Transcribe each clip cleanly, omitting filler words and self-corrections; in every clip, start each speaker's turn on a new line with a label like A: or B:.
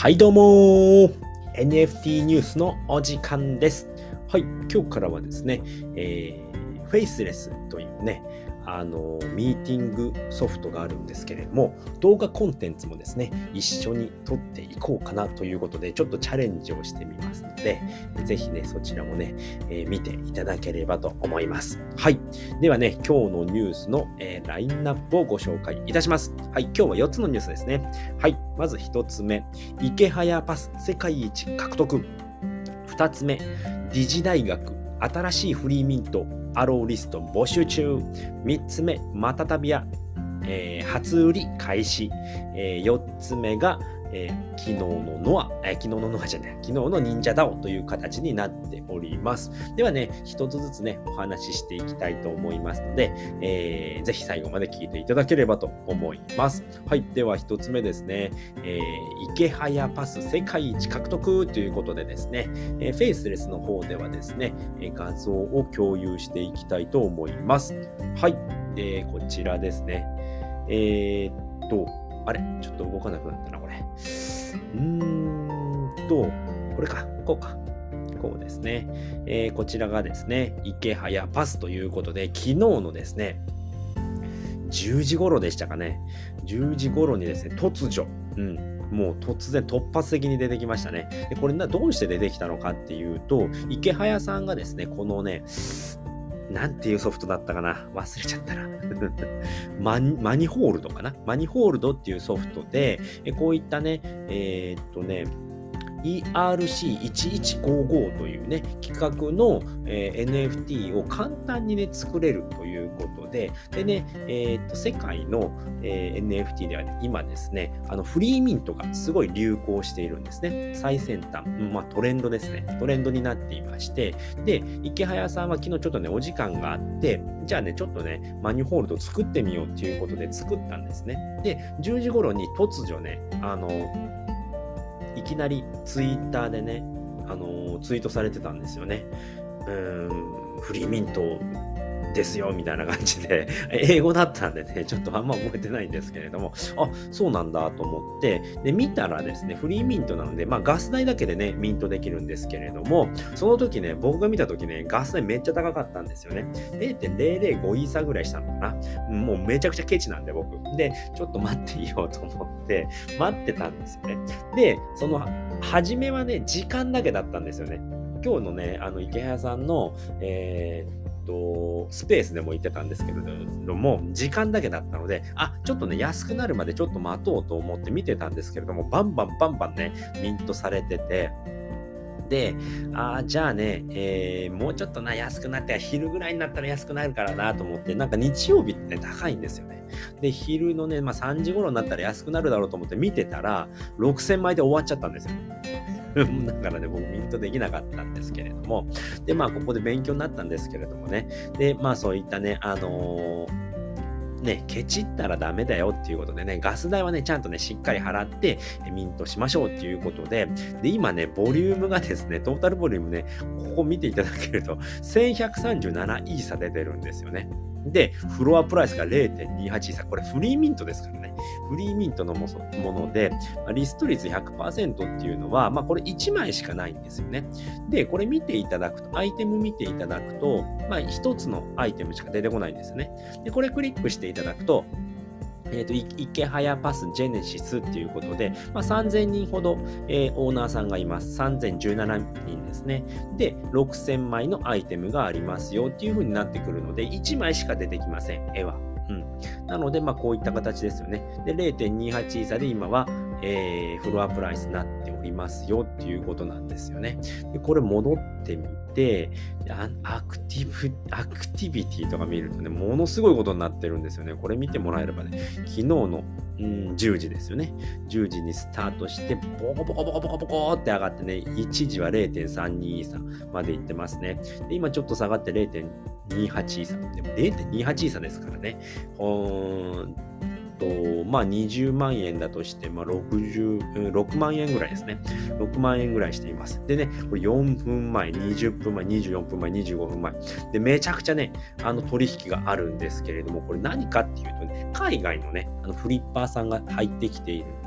A: はいどうもー NFT ニュースのお時間です。はい、今日からはですね、フェイスレスというね、ミーティングソフトがあるんですけれども、動画コンテンツもですね、一緒に撮っていこうかなということで、ちょっとチャレンジをしてみますので、ぜひね、そちらもね、見ていただければと思います。はい。ではね、今日のニュースの、ラインナップをご紹介いたします。はい、今日は4つのニュースですね。はい、まず1つ目、池早パス世界一獲得。2つ目、理事大学新しいフリーミントアローリスト募集中。3つ目、またたびや、初売り開始。4つ目が、昨日の忍者ダオという形になっております。ではね、一つずつね、お話ししていきたいと思いますので、ぜひ最後まで聞いていただければと思います。はい、では一つ目ですね、池早パス世界一獲得ということでですね、フェイスレスの方ではですね、画像を共有していきたいと思います。はい、こちらですね。あれちょっと動かなくなったな、これ。これか、こうですね。こちらがですね、池早パスということで、昨日のですね、10時頃でしたかね。10時頃にですね、突如、もう突然突発的に出てきましたね。で、これどうして出てきたのかっていうと、池早さんがですね、このね、なんていうソフトだったかな忘れちゃったな。マニホールドかなマニホールドっていうソフトで、こういったね、ERC1155 というね、企画の、NFT を簡単にね、作れるということで、でね、世界の、NFT では、ね、今ですね、フリーミントがすごい流行しているんですね。最先端、トレンドですね。トレンドになっていまして、で、池早さんは昨日ちょっとね、お時間があって、じゃあね、ちょっとね、マニホールド作ってみようっていうことで作ったんですね。で、10時頃に突如ね、いきなりツイッターでね、ツイートされてたんですよね。フリーミントですよみたいな感じで、英語だったんでね、ちょっとあんま覚えてないんですけれども、あ、そうなんだと思って、で、見たらですね、フリーミントなので、ガス代だけでね、ミントできるんですけれども、その時ね、僕が見た時ね、ガス代めっちゃ高かったんですよね。0.005 イーサぐらいしたのかな。もうめちゃくちゃケチなんで僕。で、ちょっと待っていようと思って、待ってたんですよね。で、初めはね、時間だけだったんですよね。今日のね、池早さんの、スペースでも言ってたんですけれども、時間だけだったので、ちょっとね、安くなるまでちょっと待とうと思って見てたんですけれども、バンバンね、ミントされてて、で、じゃあね、もうちょっと安くなって、昼ぐらいになったら安くなるからなと思って、なんか日曜日ってね、高いんですよね。で、昼のね、3時頃になったら安くなるだろうと思って見てたら、6000枚で終わっちゃったんですよ。だからね、僕ミントできなかったんですけれども、で、ここで勉強になったんですけれどもね、で、そういったね、ケチったらダメだよっていうことでね、ガス代はね、ちゃんとね、しっかり払って、ミントしましょうっていうことで、で、今ね、ボリュームがですね、トータルボリュームね、ここ見ていただけると、1137イーサ出てるんですよね。で、フロアプライスが 0.28 イーサ。これフリーミントですからね。フリーミントのもので、リスト率 100% っていうのは、これ1枚しかないんですよね。で、これ見ていただくと、アイテム見ていただくと、1つのアイテムしか出てこないんですよね。で、これクリックしていただくと、池早パスジェネシスっていうことで、3000人ほど、オーナーさんがいます。3017人ですね。で、6000枚のアイテムがありますよっていう風になってくるので、1枚しか出てきません、絵は。なので、こういった形ですよね。で、0.28 イーサで今は、フロアプライスになっておりますよっていうことなんですよね。で、これ戻ってみて、アクティビティとか見るとね、ものすごいことになってるんですよね。これ見てもらえればね、昨日の、10時ですよね。10時にスタートして、ボコって上がってね、一時は 0.32 イーサまでいってますね。で、今ちょっと下がって 0.28 イーサ。でも 0.28 イーサですからね。20万円だとして、6万円ぐらいですね。6万円ぐらいしています。でね、これ4分前、20分前、24分前、25分前。で、めちゃくちゃね、取引があるんですけれども、これ何かっていうとね、海外のね、フリッパーさんが入ってきているん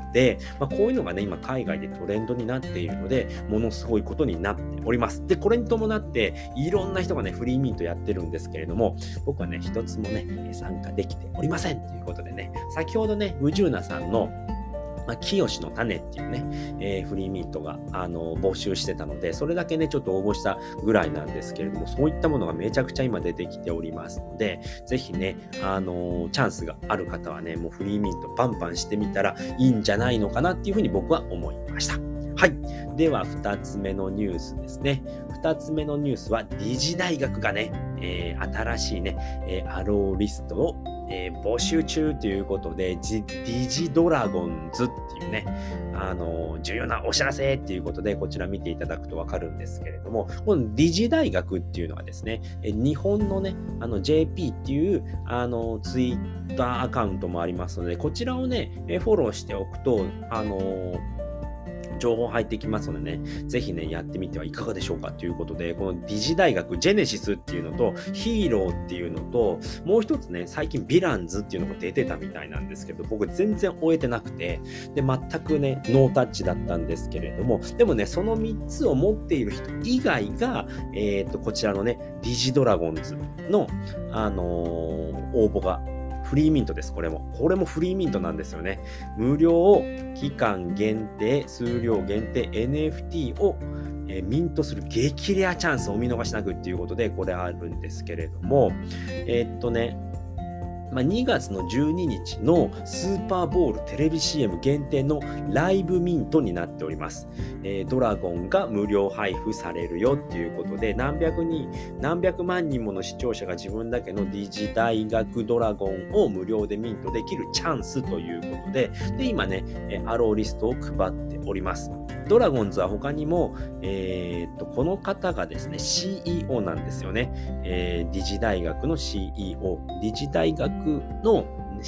A: で、こういうのがね、今海外でトレンドになっているので、ものすごいことになっております。で、これに伴って、いろんな人がね、フリーミントやってるんですけれども、僕はね、一つもね、参加できておりませんということでね、先ほどね、宇宙なさんの清の種っていうね、フリーミントが、募集してたので、それだけね、ちょっと応募したぐらいなんですけれども、そういったものがめちゃくちゃ今出てきておりますので、ぜひね、チャンスがある方はね、もうフリーミントバンバンしてみたらいいんじゃないのかなっていうふうに僕は思いました。はい。では、2つ目のニュースですね。2つ目のニュースは、理事大学がね、新しいね、アローリストを募集中ということで、ディジドラゴンズっていうね、重要なお知らせっていうことで、こちら見ていただくとわかるんですけれども、このディジ大学っていうのはですね、日本のね、JP っていう、ツイッターアカウントもありますので、こちらをね、フォローしておくと、情報入ってきますのでね、ぜひね、やってみてはいかがでしょうかということで、このディジ大学、ジェネシスっていうのと、ヒーローっていうのと、もう一つね、最近ヴィランズっていうのが出てたみたいなんですけど、僕全然終えてなくて、で、全くね、ノータッチだったんですけれども、でもね、その3つを持っている人以外が、こちらのね、ディジドラゴンズの、応募がフリーミントです。これもフリーミントなんですよね。無料、期間限定、数量限定、NFT を、ミントする激レアチャンスをお見逃しなくっていうことで、これあるんですけれども、2月の12日のスーパーボールテレビ CM 限定のライブミントになっております。ドラゴンが無料配布されるよっていうことで、何百万人もの視聴者が自分だけのディジ大学ドラゴンを無料でミントできるチャンスということで、今ね、アローリストを配っております。ドラゴンズは他にも、この方がですね、CEO なんですよね。ディジ大学の CEO。ディジ大学の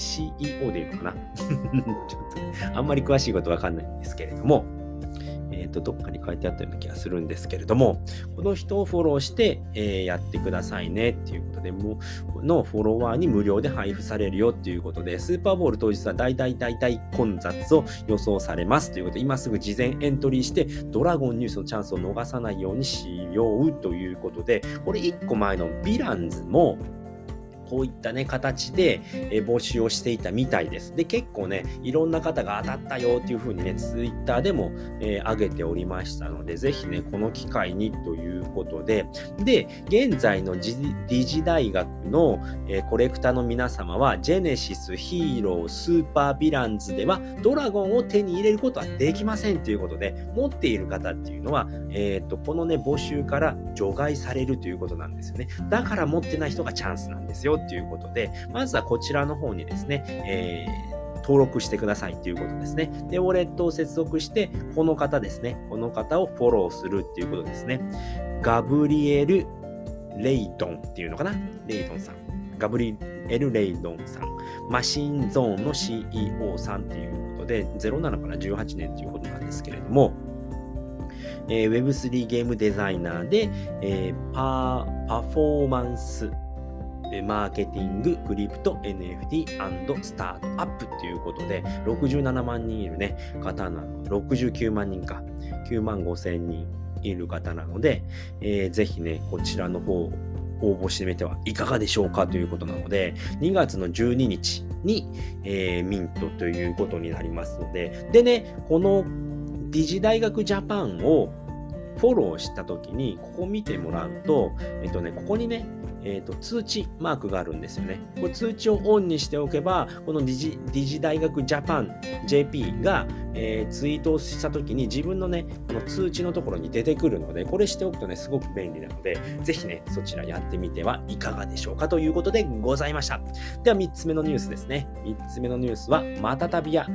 A: CEO でいいのかなちょっとね、あんまり詳しいことわかんないんですけれども、どっかに書いてあったような気がするんですけれども、この人をフォローして、やってくださいねっていうことで、のフォロワーに無料で配布されるよっていうことで、スーパーボール当日は大混雑を予想されますということで、今すぐ事前エントリーして、ドラゴンニュースのチャンスを逃さないようにしようということで、これ1個前のヴィランズも、こういったね、形で募集をしていたみたいです。で、結構ね、いろんな方が当たったよっていう風にね、ツイッターでも上げておりましたので、ぜひね、この機会にということで、で、現在のディジ大学のコレクターの皆様は、ジェネシス、ヒーロー、スーパーヴィランズでは、ドラゴンを手に入れることはできませんということで、持っている方っていうのは、このね、募集から除外されるということなんですよね。だから持ってない人がチャンスなんですよということで、まずはこちらの方にですね、登録してくださいということですね。で、ウォレットを接続して、この方ですね。この方をフォローするっていうことですね。ガブリエル・レイドンっていうのかな？レイドンさん。ガブリエル・レイドンさん。マシンゾーンの CEO さんっていうことで、07から18年ということなんですけれども、Web3 ゲームデザイナーで、パフォーマンスマーケティング、クリプト、NFT& スタートアップっていうことで、67万人いるね、方なの、69万人か、9万5千人いる方なので、ぜひね、こちらの方、応募してみてはいかがでしょうかということなので、2月の12日に、ミントということになりますので、でね、このディジ大学ジャパンをフォローしたときに、ここ見てもらうと、ここにね、通知マークがあるんですよね。これ通知をオンにしておけば、このディジ大学ジャパン JP が、ツイートをしたときに自分のね、この通知のところに出てくるので、これしておくとね、すごく便利なので、ぜひね、そちらやってみてはいかがでしょうかということでございました。では3つ目のニュースですね。3つ目のニュースは、マタタビア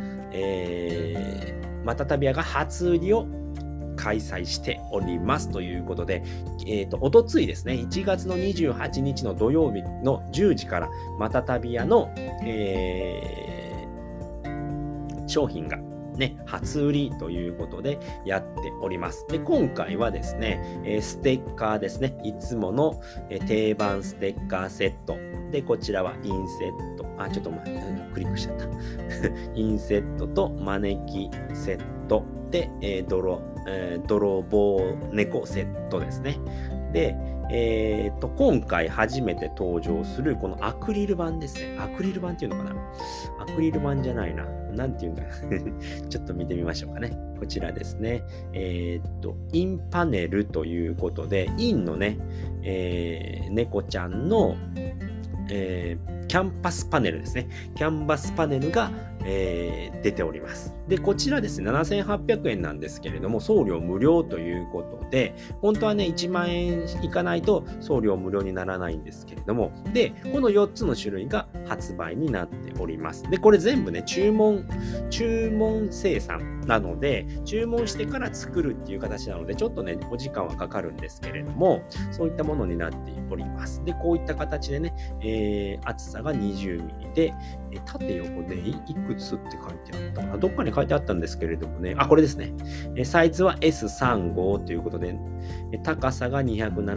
A: が初売りを開催しておりますということで、おとついですね、1月の28日の土曜日の10時から、マタタビアの、商品がね、初売りということでやっております。で、今回はですね、ステッカーですね、いつもの定番ステッカーセットで、こちらはインセット。ちょっとクリックしちゃった。インセットと招きセットで、泥棒猫セットですね。で、今回初めて登場するこのアクリル板ですね。アクリル板っていうのかな？アクリル板じゃないな。なんていうんだちょっと見てみましょうかね。こちらですね。インパネルということで、インのね、猫ちゃんの、キャンパスパネルですね。キャンバスパネルが、出ております。で、こちらですね、7800円なんですけれども、送料無料ということで、本当はね、1万円いかないと送料無料にならないんですけれども、で、この4つの種類が発売になっております。で、これ全部ね、注文生産なので、注文してから作るっていう形なので、ちょっとね、お時間はかかるんですけれども、そういったものになっております。で、こういった形でね、厚さが20ミリで、縦横でいくつって書いてあったかな。どっかに書いてあったんですけれどもね、これですね。サイズは S35 ということで、高さが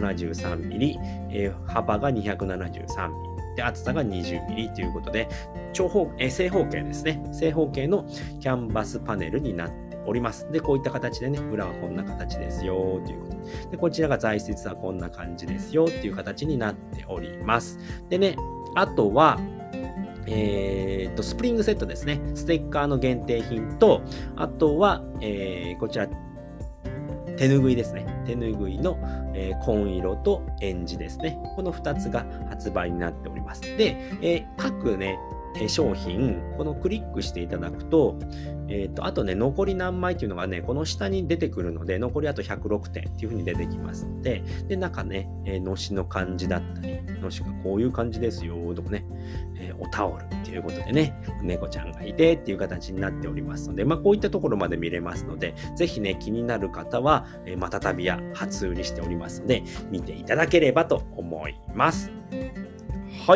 A: 273ミリ、幅が273ミリ。で、厚さが20ミリということで、正方形ですね。正方形のキャンバスパネルになっております。で、こういった形でね、裏はこんな形ですよということで、こちらが材質はこんな感じですよっていう形になっております。でね、あとは、スプリングセットですね。ステッカーの限定品と、あとは、こちら、手ぬぐいですね。手ぬぐいの、紺色とえんじですね。この2つが発売になっております。で、各ね、商品、このクリックしていただくと、あとね、残り何枚っていうのがね、この下に出てくるので、残りあと106点っていう風に出てきますので、で、中ね、のしの感じだったり、のしがこういう感じですよ、とかね、おタオルっていうことでね、猫ちゃんがいてっていう形になっておりますので、こういったところまで見れますので、ぜひね、気になる方は、またたびや初売りしておりますので、見ていただければと思います。はい。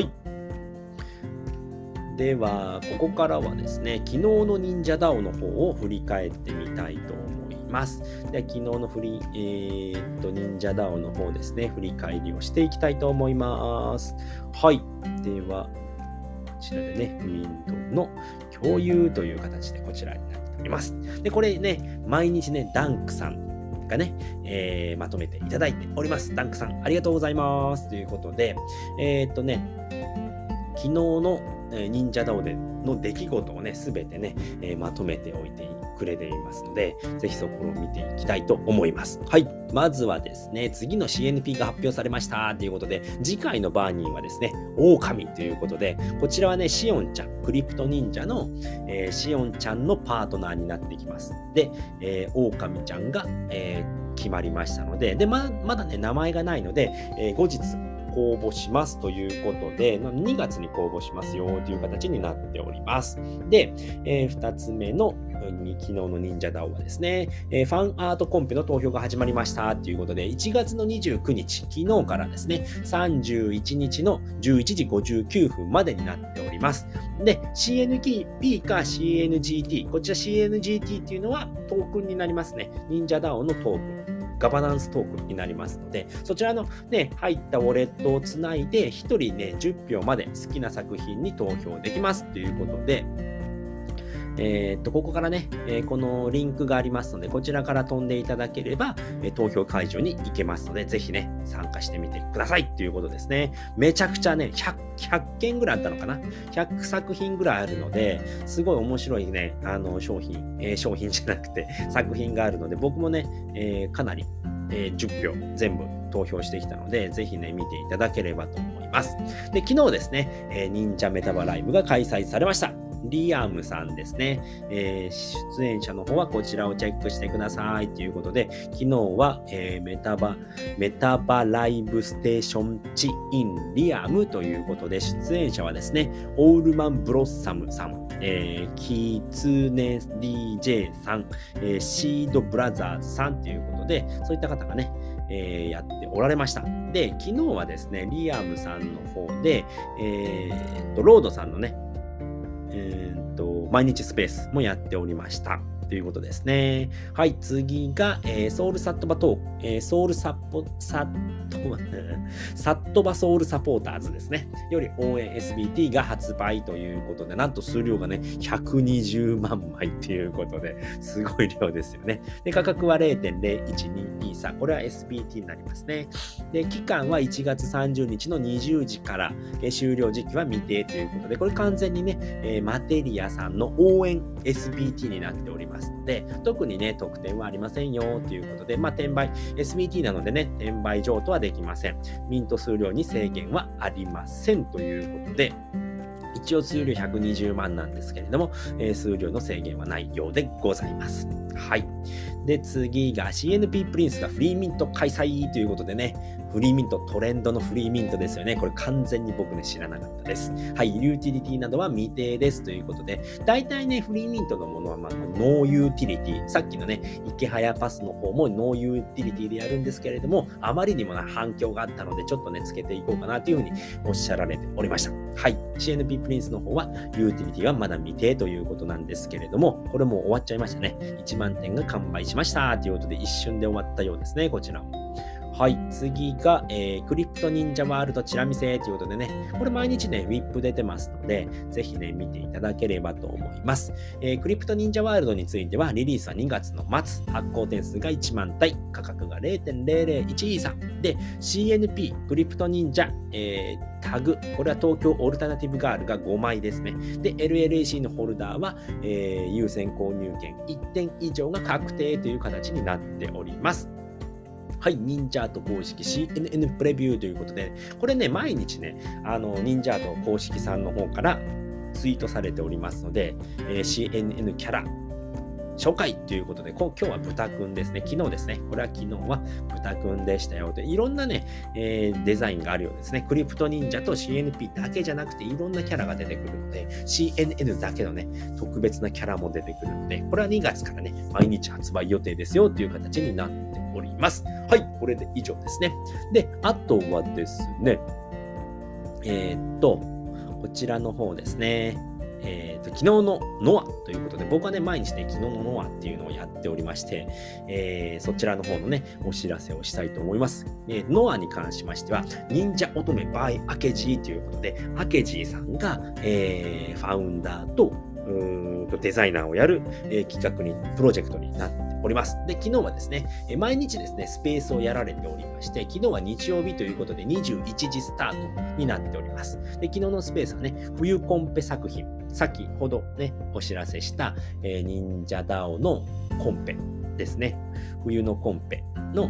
A: では、ここからはですね、昨日の忍者 DAO の方を振り返ってみたいと思います。では、昨日の忍者 DAO の方ですね、振り返りをしていきたいと思います。はい。では、こちらでね、ウィンドウの共有という形でこちらになっております。で、これね、毎日ね、ダンクさんがね、まとめていただいております。ダンクさん、ありがとうございます。ということで、昨日の忍者 DAO での出来事をね、すべてね、まとめておいてくれていますので、ぜひそこを見ていきたいと思います。はい。まずはですね、次の CNP が発表されましたということで、次回のバーニーはですね、狼ということで、こちらはね、シオンちゃん、クリプト忍者の、シオンちゃんのパートナーになってきます。で、狼ちゃんが、決まりましたので、で、まだね、名前がないので、後日、公募しますということで、2月に公募しますよという形になっております。で、2つ目の昨日の忍者 DAO はですね、ファンアートコンペの投票が始まりましたということで、1月の29日、昨日からですね、31日の11時59分までになっております。で、CNP か CNGT、こちら CNGT っていうのはトークンになりますね。忍者 DAO のトークン。ガバナンストークンになりますので、そちらのね、入ったウォレットをつないで、1人ね、10票まで好きな作品に投票できますということで、ここからね、このリンクがありますので、こちらから飛んでいただければ、投票会場に行けますので、ぜひね、参加してみてくださいっていうことですね。めちゃくちゃね、100件ぐらいあったのかな ?100 作品ぐらいあるので、すごい面白いね、商品じゃなくて、作品があるので、僕もね、かなり、10票全部投票してきたので、ぜひね、見ていただければと思います。で、昨日ですね、忍者メタバライブが開催されました。リアムさんですね、出演者の方はこちらをチェックしてくださいということで、昨日は、メタバライブステーションチインリアムということで、出演者はですね、オールマンブロッサムさん、キツネ DJ さん、シードブラザーズさんということで、そういった方がね、やっておられました。で、昨日はですね、リアムさんの方で、ロードさんのね、毎日スペースもやっておりました。 ということですね。はい、次が、ソウルサットバトー、ソウルサッポ、サット、サットバソウルサポーターズですね。より応援 SBT が発売ということで、なんと数量がね、120万枚ということで、すごい量ですよね。で、価格は 0.01223。これは SBT になりますね。で、期間は1月30日の20時から、終了時期は未定ということで、これ完全にね、マテリアさんの応援 SBT になっておりますので、特にね、特典はありませんよということで、転売、SBT なのでね、転売譲渡はできません。ミント数量に制限はありませんということで、一応数量120万なんですけれども、数量の制限はないようでございます。はい。で、次が CNP プリンスがフリーミント開催ということでね、フリーミント、トレンドのフリーミントですよね。これ完全に僕ね、知らなかったです。はい、ユーティリティなどは未定ですということで、大体ね、フリーミントのものはノーユーティリティ、さっきのね、池早パスの方もノーユーティリティでやるんですけれども、あまりにもな反響があったので、ちょっとね、つけていこうかなというふうにおっしゃられておりました。はい、CNP プリンスの方は、ユーティリティはまだ未定ということなんですけれども、これも終わっちゃいましたね。1万点が完売しましたということで、一瞬で終わったようですね、こちらも。はい、次が、クリプト忍者ワールドチラ見せということでね、これ毎日ね、ウィップ出てますので、ぜひね、見ていただければと思います。クリプト忍者ワールドについては、リリースは2月の末、発行点数が1万体、価格が 0.00123 で、CNP、クリプト忍者、タグ、これは東京オルタナティブガールが5枚ですね。で、LLAC のホルダーは、優先購入権1点以上が確定という形になっております。はい、忍者アート公式 CNN プレビューということで、これね、毎日ね、忍者アート公式さんの方からツイートされておりますので、CNN キャラ、初回ということで、今日は豚くんですね。昨日ですね。これは昨日は豚くんでしたよ。で、いろんなね、デザインがあるようですね。クリプト忍者と CNP だけじゃなくて、いろんなキャラが出てくるので、CNN だけのね、特別なキャラも出てくるので、これは2月からね、毎日発売予定ですよという形になっております。はい、これで以上ですね。で、あとはですね、こちらの方ですね。昨日のノアということで、僕はね、毎日ね、昨日のノアっていうのをやっておりまして、そちらの方のね、お知らせをしたいと思います。ノアに関しましては、忍者乙女 by アケジーということで、アケジーさんが、ファウンダーとデザイナーをやる、企画に、プロジェクトになっております。で、昨日はですね、毎日ですね、スペースをやられておりまして、昨日は日曜日ということで21時スタートになっております。で、昨日のスペースはね、冬コンペ作品、先ほどね、お知らせした、忍者ダオのコンペですね。冬のコンペの、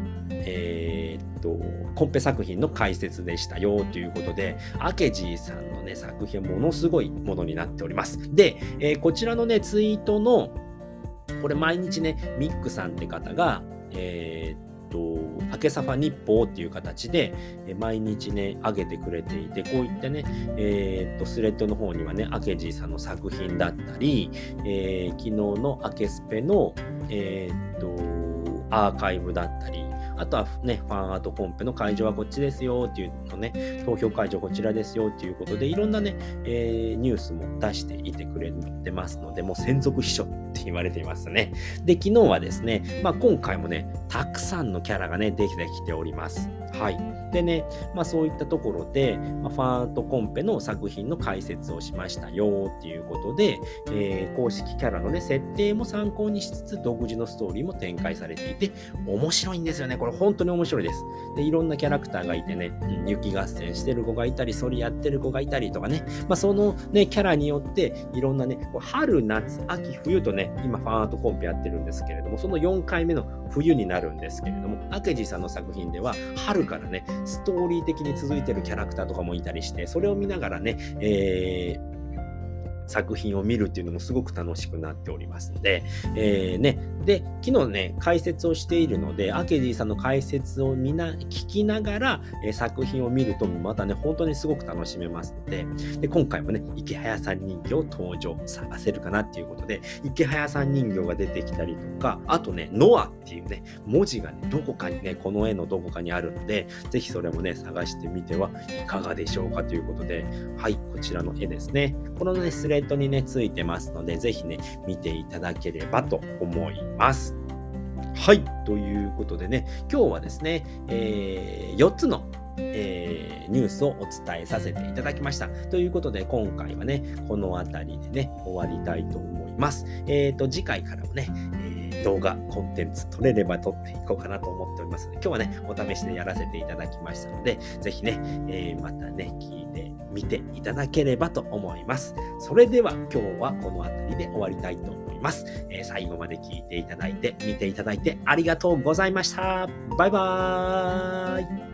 A: コンペ作品の解説でしたよということで、アケジーさんのね、作品はものすごいものになっております。で、こちらのね、ツイートの、これ毎日ね、ミックさんって方が、明けサファ日報っていう形で、毎日ね、上げてくれていて、こういったね、スレッドの方にはね、アケジーさんの作品だったり、昨日のアケスペの、アーカイブだったり、あとはね、ファンアートコンペの会場はこっちですよっていうのね、投票会場こちらですよっていうことで、いろんなね、ニュースも出していてくれてますので、もう専属秘書って言われていますね。で、昨日はですね、今回もね、たくさんのキャラがね、できてきております。はい。でね、そういったところで、ファンアートコンペの作品の解説をしましたよっていうことで、公式キャラのね、設定も参考にしつつ、独自のストーリーも展開されていて、面白いんですよね。これ本当に面白いです。で、いろんなキャラクターがいてね、雪合戦してる子がいたり、ソリやってる子がいたりとかね、そのね、キャラによって、いろんなね、春、夏、秋、冬とね、今ファンアートコンペやってるんですけれども、その4回目の冬になるんですけれども、アケジさんの作品では、春からね、ストーリー的に続いてるキャラクターとかもいたりして、それを見ながらね、作品を見るっていうのもすごく楽しくなっておりますので、で、昨日ね、解説をしているので、アケジーさんの解説を聞きながら、作品を見ると、またね、本当にすごく楽しめますので、で、今回もね、池早さん人形登場探せるかなっていうことで、池早さん人形が出てきたりとか、あとね、ノアっていうね、文字がね、どこかにね、この絵のどこかにあるので、ぜひそれもね、探してみてはいかがでしょうかということで、はい、こちらの絵ですね。このね、スレレットにね、ついてますので、ぜひね、見ていただければと思います。はい。ということでね、今日はですね、4つのニュースをお伝えさせていただきました。ということで、今回はね、この辺りでね、終わりたいと思います。次回からもね、動画、コンテンツ撮れれば撮っていこうかなと思っておりますので、今日はね、お試しでやらせていただきましたので、ぜひね、またね、聞いてみていただければと思います。それでは、今日はこの辺りで終わりたいと思います。最後まで聞いていただいて、見ていただいてありがとうございました。バイバーイ。